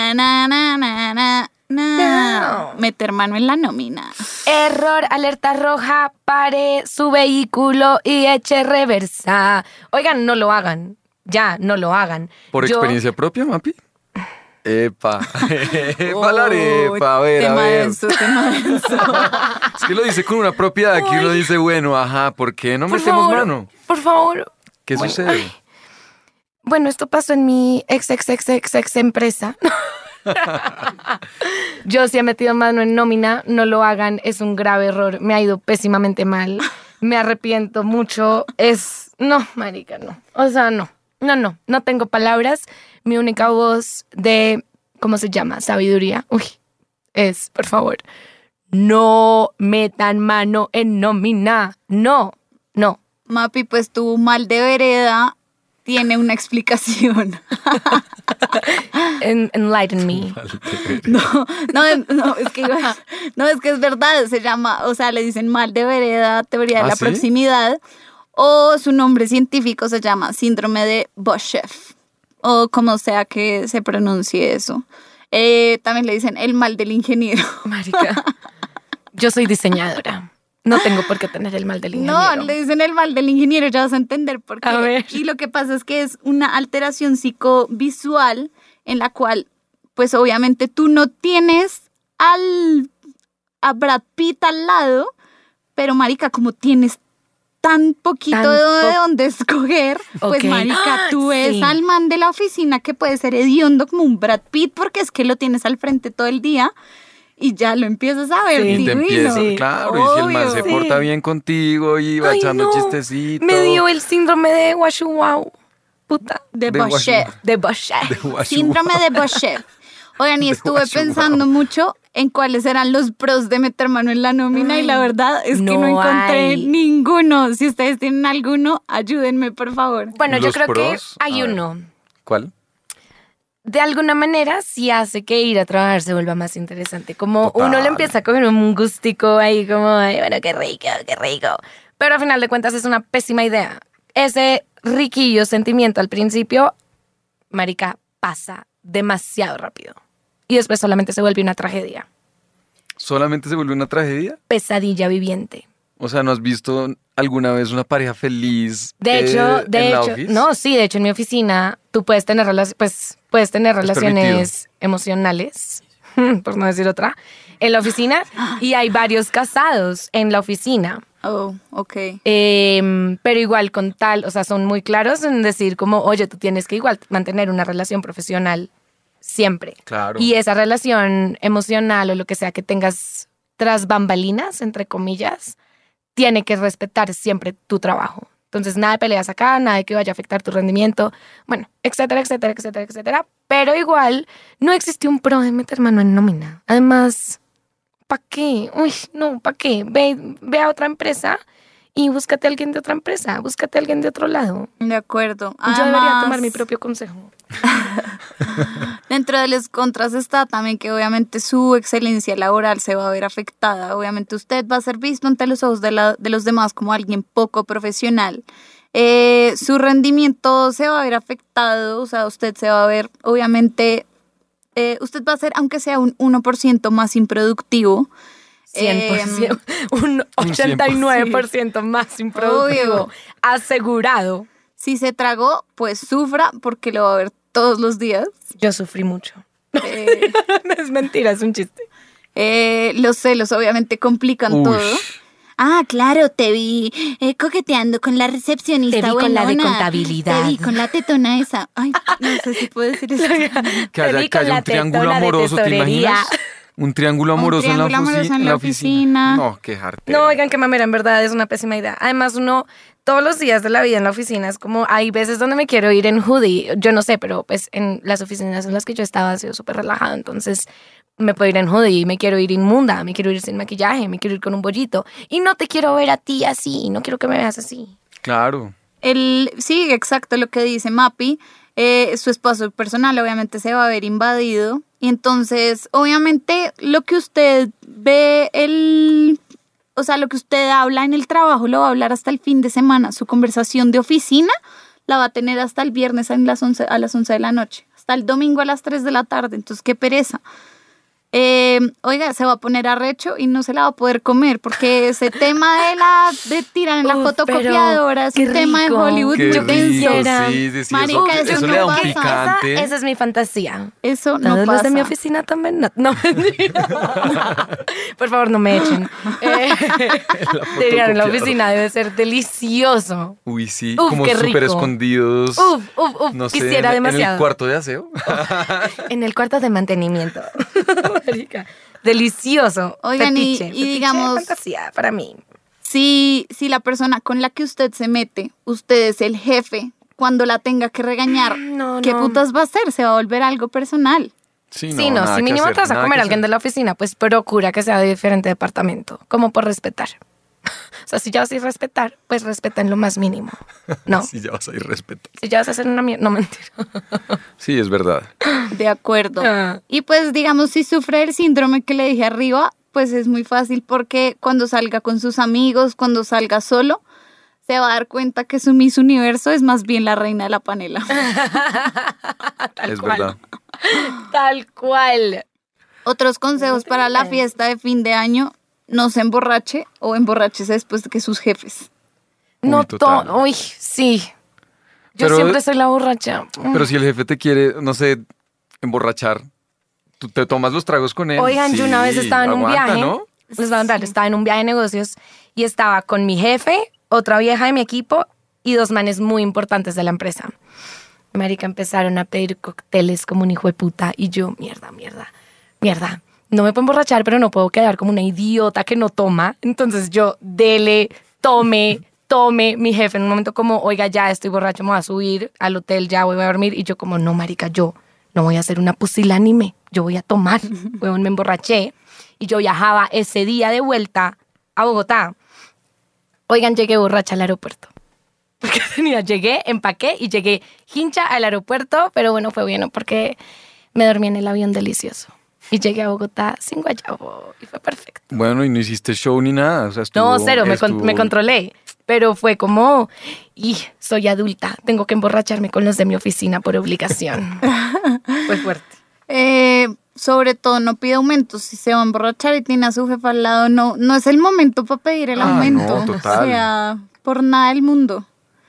meter mano en la nómina? Error, alerta roja, pare su vehículo y eche reversa. Oigan, no lo hagan. Ya, no lo hagan. ¿Por Yo- experiencia propia, Mapi? Epa, epa, la arepa, a ver, a Tema ver. denso, tema denso. Es que lo dice con una propiedad que uno dice, bueno, ajá, ¿por qué no Por metemos favor, mano? Por favor. ¿Qué Bueno, sucede? ay. Bueno, esto pasó en mi ex empresa. Yo sí he metido mano en nómina, no lo hagan, es un grave error, me ha ido pésimamente mal, me arrepiento mucho, no, marica, no, o sea, no tengo palabras, mi única voz de, ¿cómo se llama? Sabiduría, es, por favor, no metan mano en nómina, no. Mapi, pues tu mal de vereda tiene una explicación. Enlighten me. No, es que es verdad, se llama, o sea, le dicen mal de vereda, teoría de ¿Ah, la sí? proximidad, o su nombre científico se llama síndrome de Boscheff, o como sea que se pronuncie eso. También le dicen el mal del ingeniero. Marica, yo soy diseñadora. No tengo por qué tener el mal del ingeniero. No, le dicen el mal del ingeniero, ya vas a entender por qué. A ver. Y lo que pasa es que es una alteración psicovisual en la cual, pues obviamente tú no tienes a Brad Pitt al lado, pero marica, como tienes tan poquito de dónde escoger, pues Ok. marica, tú ves Sí. al man de la oficina que puede ser hediondo como un Brad Pitt porque es que lo tienes al frente todo el día y ya lo empiezas a ver Sí. Y te divino. empieza, Sí. claro, y si el man se Obvio. porta bien contigo y va Ay, echando no. chistecitos. Me dio el síndrome de Washuau. Puta. De De Boscheff. De Boscheff. de guachú. Síndrome de Boscheff. Oigan, y De estuve guachú, pensando wow. mucho en cuáles eran los pros de meter mano en la nómina y la verdad es que no no encontré hay. ninguno. Si ustedes tienen alguno, ayúdenme, por favor. Bueno, yo Los creo que pros, hay a ver. uno. ¿Cuál? De alguna manera sí hace que ir a trabajar se vuelva más interesante. Como Total. uno le empieza a coger un gustico ahí como, ay, bueno, qué rico, qué rico. Pero al final de cuentas es una pésima idea. Ese riquillo sentimiento al principio, marica, pasa demasiado rápido. Y después solamente se vuelve una tragedia. ¿Solamente se vuelve una tragedia? Pesadilla viviente. O sea, ¿no has visto alguna vez una pareja feliz De hecho, en la office? no, sí, de hecho en mi oficina tú puedes tener, puedes tener relaciones emocionales, por no decir otra, en la oficina y hay varios casados en la oficina. Oh, ok. Pero igual con tal, o sea, son muy claros en decir como, oye, tú tienes que igual mantener una relación profesional siempre. Claro. Y esa relación emocional o lo que sea que tengas tras bambalinas, entre comillas, tiene que respetar siempre tu trabajo. Entonces, nada de peleas acá, nada de que vaya a afectar tu rendimiento, bueno, etcétera, etcétera, etcétera, etcétera. Pero igual, no existe un pro de meter mano en nómina. Además, ¿para qué? Uy, no, ¿para qué? Ve a otra empresa y búscate a alguien de otra empresa, búscate a alguien de otro lado. De acuerdo. Yo debería Además, tomar mi propio consejo. Dentro de los contras está también que obviamente su excelencia laboral se va a ver afectada. Obviamente usted va a ser visto ante los ojos de los demás como alguien poco profesional. Su rendimiento se va a ver afectado, o sea, usted se va a ver, obviamente, usted va a ser, aunque sea un 1% más improductivo. 100%, un 89% más improductivo, Obvio. asegurado. Si se tragó, pues sufra porque lo va a ver todos los días. Yo sufrí mucho. Eh, No es mentira, es un chiste. Los celos obviamente complican Ush. todo. Ah, claro, te vi coqueteando con la recepcionista. Te vi con la de buenona. contabilidad. Te vi con la tetona esa. Ay, no sé si puedo decir eso. Que haya, Te vi que con haya la un triángulo tetona de amoroso, ¿te tesorería. imaginas? Un triángulo amoroso, triángulo amoroso en la oficina. No, qué jartera. No, oigan, qué mamera, en verdad es una pésima idea. Además, uno, todos los días de la vida en la oficina es como, hay veces donde me quiero ir en hoodie, yo no sé, pero pues en las oficinas en las que yo estaba ha sido súper relajado, entonces me puedo ir en hoodie, me quiero ir inmunda, me quiero ir sin maquillaje, me quiero ir con un bollito y no te quiero ver a ti así, no quiero que me veas así. Claro. Sí, exacto lo que dice Mapi. Su espacio personal obviamente se va a ver invadido. Y entonces, obviamente, lo que usted ve, o sea, lo que usted habla en el trabajo lo va a hablar hasta el fin de semana. Su conversación de oficina la va a tener hasta el viernes a las 11 de la noche, hasta el domingo a las 3 de la tarde, entonces qué pereza. Oiga, se va a poner arrecho y no se la va a poder comer porque ese tema de tirar en la fotocopiadora es un tema de Hollywood Qué muy rico, denso. sí, Marica, eso no le da un pasa. picante. Esa es mi fantasía. Eso no Todos pasa. los de mi oficina también. No, mentira. Por favor, no me echen. Tirar en la oficina debe ser delicioso. Uy, sí, Uf, como qué súper rico. escondidos. No sé, quisiera en demasiado. el cuarto de aseo. En el cuarto de mantenimiento. Marica. Delicioso. Oigan, Fetiche, y fetiche digamos- de fantasía para mí. Si la persona con la que usted se mete, usted es el jefe, cuando la tenga que regañar, No, ¿qué no. putas va a hacer? Se va a volver algo personal. Sí, Sí, no, nada si que mínimo hacer, te vas a nada comer que a alguien hacer. de la oficina, pues procura que sea de diferente departamento, como por respetar. O sea, si ya vas a ir a respetar, pues respeta en lo más mínimo. No, Sí, ya vas a ir respeto. si ya vas a hacer una mierda, no, mentira. Sí, es verdad. De acuerdo. Ah. Y pues digamos, si sufre el síndrome que le dije arriba, pues es muy fácil porque cuando salga con sus amigos, cuando salga solo, se va a dar cuenta que su Miss Universo es más bien la reina de la panela. Tal Es cual. verdad. Tal cual. Otros consejos para la fiesta de fin de año: no se emborrache o emborráchese después de que sus jefes. No total. todo. Uy, sí. Yo Pero- siempre soy la borracha. Pero si el jefe te quiere, no sé, emborrachar, tú te tomas los tragos con él. Oigan, yo una vez Sí, estaba en un aguanta, viaje. ¿no? Les voy a contar, estaba en un viaje de negocios y estaba con mi jefe, otra vieja de mi equipo y 2 manes muy importantes de la empresa. Marica, empezaron a pedir cócteles como un hijo de puta y yo, mierda. No me puedo emborrachar, pero no puedo quedar como una idiota que no toma. Entonces yo, dele, tome. Mi jefe en un momento como, oiga, ya estoy borracho, me voy a subir al hotel, ya voy a dormir. Y yo como, no, marica, yo no voy a hacer una pusilánime, yo voy a tomar. Huevón, me emborraché y yo viajaba ese día de vuelta a Bogotá. Oigan, llegué borracha al aeropuerto. Porque llegué, empaqué y llegué hincha al aeropuerto, pero bueno, fue bien, ¿no? Porque me dormí en el avión delicioso. Y llegué a Bogotá sin guayabo y fue perfecto. Bueno, y no hiciste show ni nada. O sea, No, estuvo- cero, me estuvo- controlé. Pero fue como, y soy adulta, tengo que emborracharme con los de mi oficina por obligación. Fue fuerte. Sobre todo, no pida aumentos. Si se va a emborrachar y tiene a su jefa al lado, no es el momento para pedir el Ah, aumento. no, total. O sea, por nada del mundo.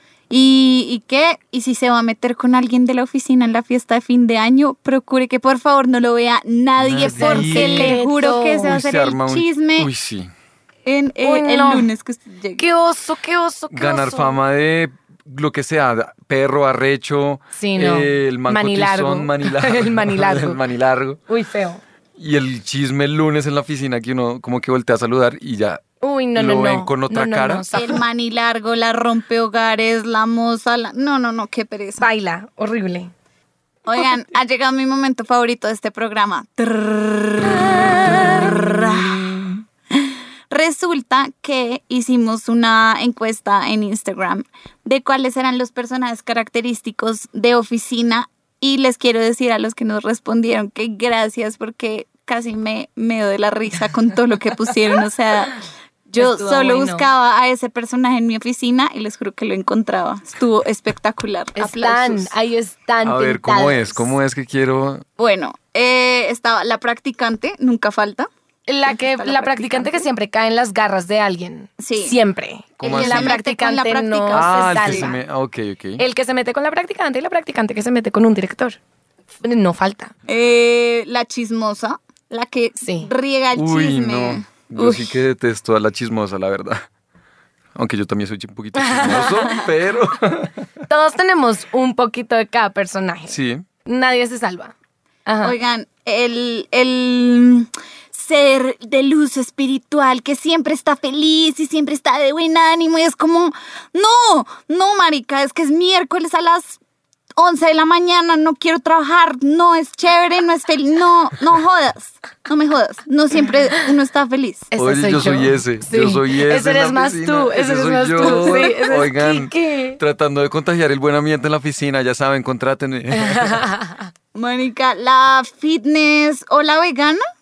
¿Y qué? Y si se va a meter con alguien de la oficina en la fiesta de fin de año, procure que por favor no lo vea nadie, Nadie. porque le juro que se va a Uy, hacer se arma el un- chisme Uy, sí. en Uy, el no. lunes que usted llegue. Qué oso. Ganar fama de lo que sea, perro, arrecho, Sí, no. el man Manilargo. cotizón, manilargo. El manilargo. El manilargo. Uy, feo. Y el chisme el lunes en la oficina que uno como que voltea a saludar y ya Uy, no. lo ven con otra cara. El manilargo, la rompehogares, la moza, No, qué pereza. Baila, horrible. Oigan, ha llegado mi momento favorito de este programa. Resulta que hicimos una encuesta en Instagram de cuáles eran los personajes característicos de oficina y les quiero decir a los que nos respondieron que gracias porque casi me doy de la risa con todo lo que pusieron. O sea, yo Estuvo solo bueno. buscaba a ese personaje en mi oficina y les juro que lo encontraba. Estuvo espectacular. Aplausos. Ahí están. A ver, ¿cómo es que quiero? Bueno, estaba la practicante, nunca falta. Está La practicante que siempre cae en las garras de alguien. Sí. Siempre. ¿Cómo Y así? la Se mete con la practicante no práctica. Ah, se el que se salva. me... Ok. El que se mete con la practicante y la practicante que se mete con un director. No falta. La chismosa, la que Sí. riega el Uy, chisme. no. Yo Uy. sí que detesto a la chismosa, la verdad. Aunque yo también soy un poquito chismoso, pero... Todos tenemos un poquito de cada personaje. Sí. Nadie se salva. Ajá. Oigan, el ser de luz espiritual que siempre está feliz y siempre está de buen ánimo y es como, no, marica, es que es miércoles a las 11 de la mañana, no quiero trabajar, no es chévere, no es feliz, no jodas, no me jodas, no siempre uno está feliz. Ese Oye, yo soy ese. Sí. Yo soy ese. Ese en la eres más oficina. tú. Ese Ese eres soy más yo. tú. Sí, ese es Oigan, Quique. tratando de contagiar el buen ambiente en la oficina, ya saben, contrátenme. Mónica, la fitness o la vegana,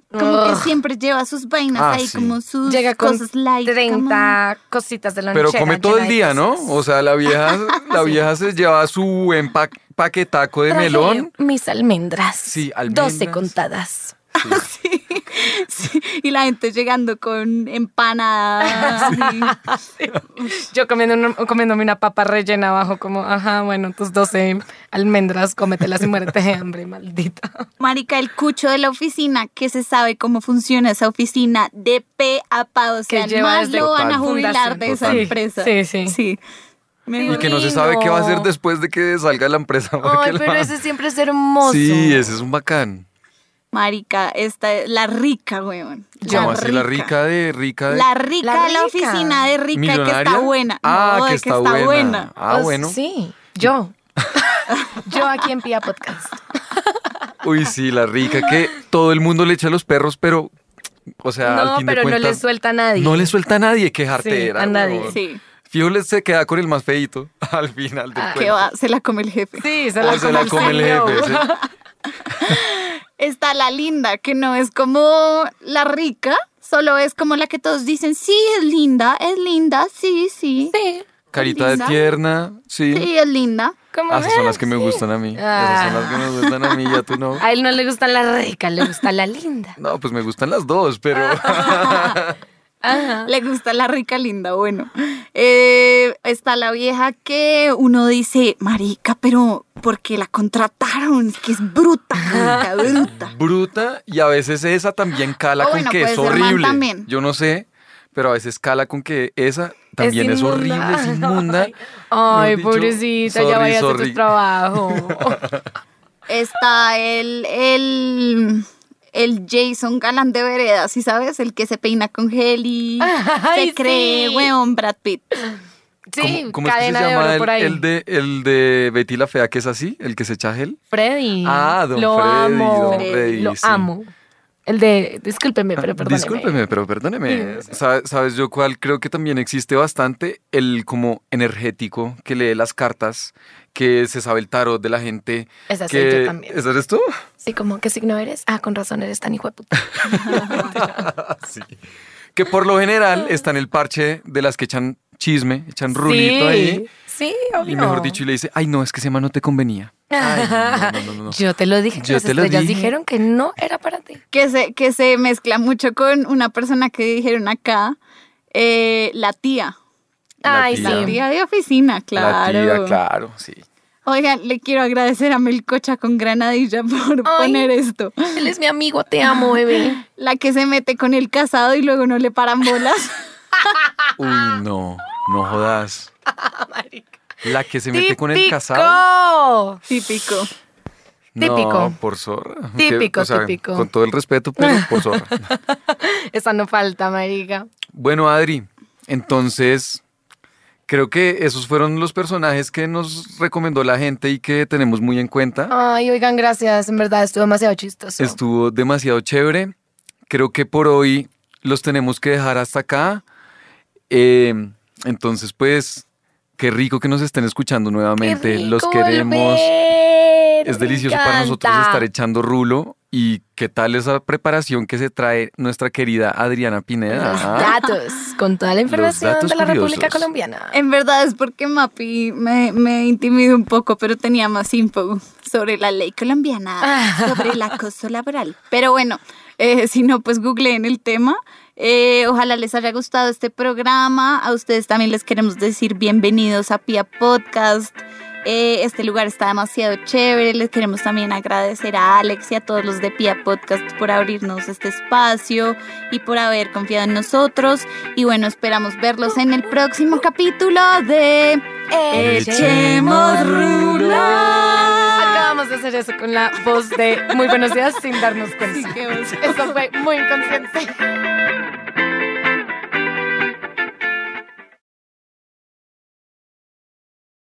Como que siempre lleva sus vainas ahí, sí. como sus Llega con cosas light. 30 cositas de lonchera. Pero come todo llena el de día, ¿no? cosas. O sea, la vieja se lleva su paquetaco de Traje melón. mis almendras. Sí, almendras. 12 contadas. Sí, y la gente llegando con empanadas. Yo comiéndome una papa rellena abajo, como, ajá, bueno, tus 12 almendras, cómetelas y muérete de hambre, maldita. Marica, el cucho de la oficina, que se sabe cómo funciona esa oficina de pe a pa, o sea, Que lleva más desde lo van a fundación. jubilar de esa Total. empresa. Sí. Mejor. Y que no se sabe qué va a hacer después de que salga la empresa. Ay, porque pero la- ese siempre es hermoso. Sí, ese es un bacán. Marica, esta es la rica, weón. ¿Cómo así? La rica de... La rica La de la rica. oficina de rica y que está ¿Millonaria? buena. Ah, No, que de está buena. Ah, Pues bueno. Sí, yo. Yo aquí en Pia Podcast. Uy, sí, la rica, que todo el mundo le echa a los perros, pero... O sea, al No, fin de pero no cuentas... le suelta a nadie. No le suelta a nadie, qué Sí, jartera. a nadie. weón. Sí. Fijo se queda con el más feíto al final del Que cuento. va, se la come el jefe. Sí, se O la se la come el CEO. jefe. ¿Sí? Está la linda, que no es como la rica, solo es como la que todos dicen, sí, es linda, sí. Sí. Carita de Linda. tierna, sí. Sí, es linda. ¿Cómo Ah, esas son ves? las que me gustan a mí. Ah. Esas son las que me gustan a mí, ya tú no. A él no le gusta la rica, le gusta la linda. No, pues me gustan las dos, pero... Ajá. Le gusta la rica linda, bueno. Está la vieja que uno dice, marica, pero ¿por qué la contrataron? Es que es bruta, marica, bruta. Bruta, y a veces esa también cala O con bueno, que puede es ser man horrible. también. Yo no sé, pero a veces cala con que esa también es, horrible, es inmunda. Ay, Mejor dicho, pobrecita, sorry, ya vaya a hacer sorry. tu trabajo. Está el Jason Galán de Vereda, ¿sí sabes? El que se peina con gel y Ay, se cree, sí. weón, Brad Pitt. Sí, ¿Cómo es que se cadena de llama oro por ahí. el de Betty la Fea, que es así? ¿El que se echa gel? Freddy. Ah, don Lo Freddy, amo. don Freddy, Lo sí. amo. El de, discúlpeme, pero perdóneme. Discúlpeme, pero perdóneme. ¿Sabes yo cuál? Creo que también existe bastante el como energético que lee las cartas, que se sabe el tarot de la gente. Esa soy que... yo también. ¿Esa eres tú? Sí, como, ¿qué signo eres? Ah, con razón, eres tan hijo de puta. Sí. Que por lo general está en el parche de las que echan chisme, echan rulito ahí. Sí, obvio. Y mejor dicho, y le dice, ay, no, es que ese man no te convenía. Ay, no. Yo te lo dije, que Yo las te lo estrellas dije. dijeron que no era para ti. Que se mezcla mucho con una persona que dijeron acá, la tía. La Ay, tía. La sí. tía de oficina, claro. La tía, claro, sí. Oigan, le quiero agradecer a Melcocha con Granadilla por Ay. poner esto. Él es mi amigo, te amo, bebé. La que se mete con el casado y luego no le paran bolas. Uy, no jodas. La que se mete con el casado. ¡Típico! Típico. Típico. No, por zorra. Típico, O sea, típico. Con todo el respeto, pero por zorra. Esa no falta, marica. Bueno, Adri, entonces creo que esos fueron los personajes que nos recomendó la gente y que tenemos muy en cuenta. Ay, oigan, gracias. En verdad, estuvo demasiado chistoso. Estuvo demasiado chévere. Creo que por hoy los tenemos que dejar hasta acá. Entonces, pues, qué rico que nos estén escuchando nuevamente. Qué rico Los queremos. volver, Es me delicioso para nosotros encanta. estar echando rulo. ¿Y qué tal esa preparación que se trae nuestra querida Adriana Pineda? Los ¿Ah? datos, con toda la información datos de la curiosos. República Colombiana. En verdad es porque Mapi me intimidó un poco, pero tenía más info sobre la ley colombiana, sobre el acoso laboral. Pero bueno, si no, pues googleen el tema. Ojalá les haya gustado este programa. A ustedes también les queremos decir bienvenidos a Pia Podcast. Este lugar está demasiado chévere. Les queremos también agradecer a Alex y a todos los de Pia Podcast por abrirnos este espacio y por haber confiado en nosotros. Y bueno, esperamos verlos en el próximo capítulo de Echemos Rulo. Acabamos de hacer eso con la voz de Muy Buenos Días sin darnos cuenta. Sí, qué voz. Eso fue muy inconsciente.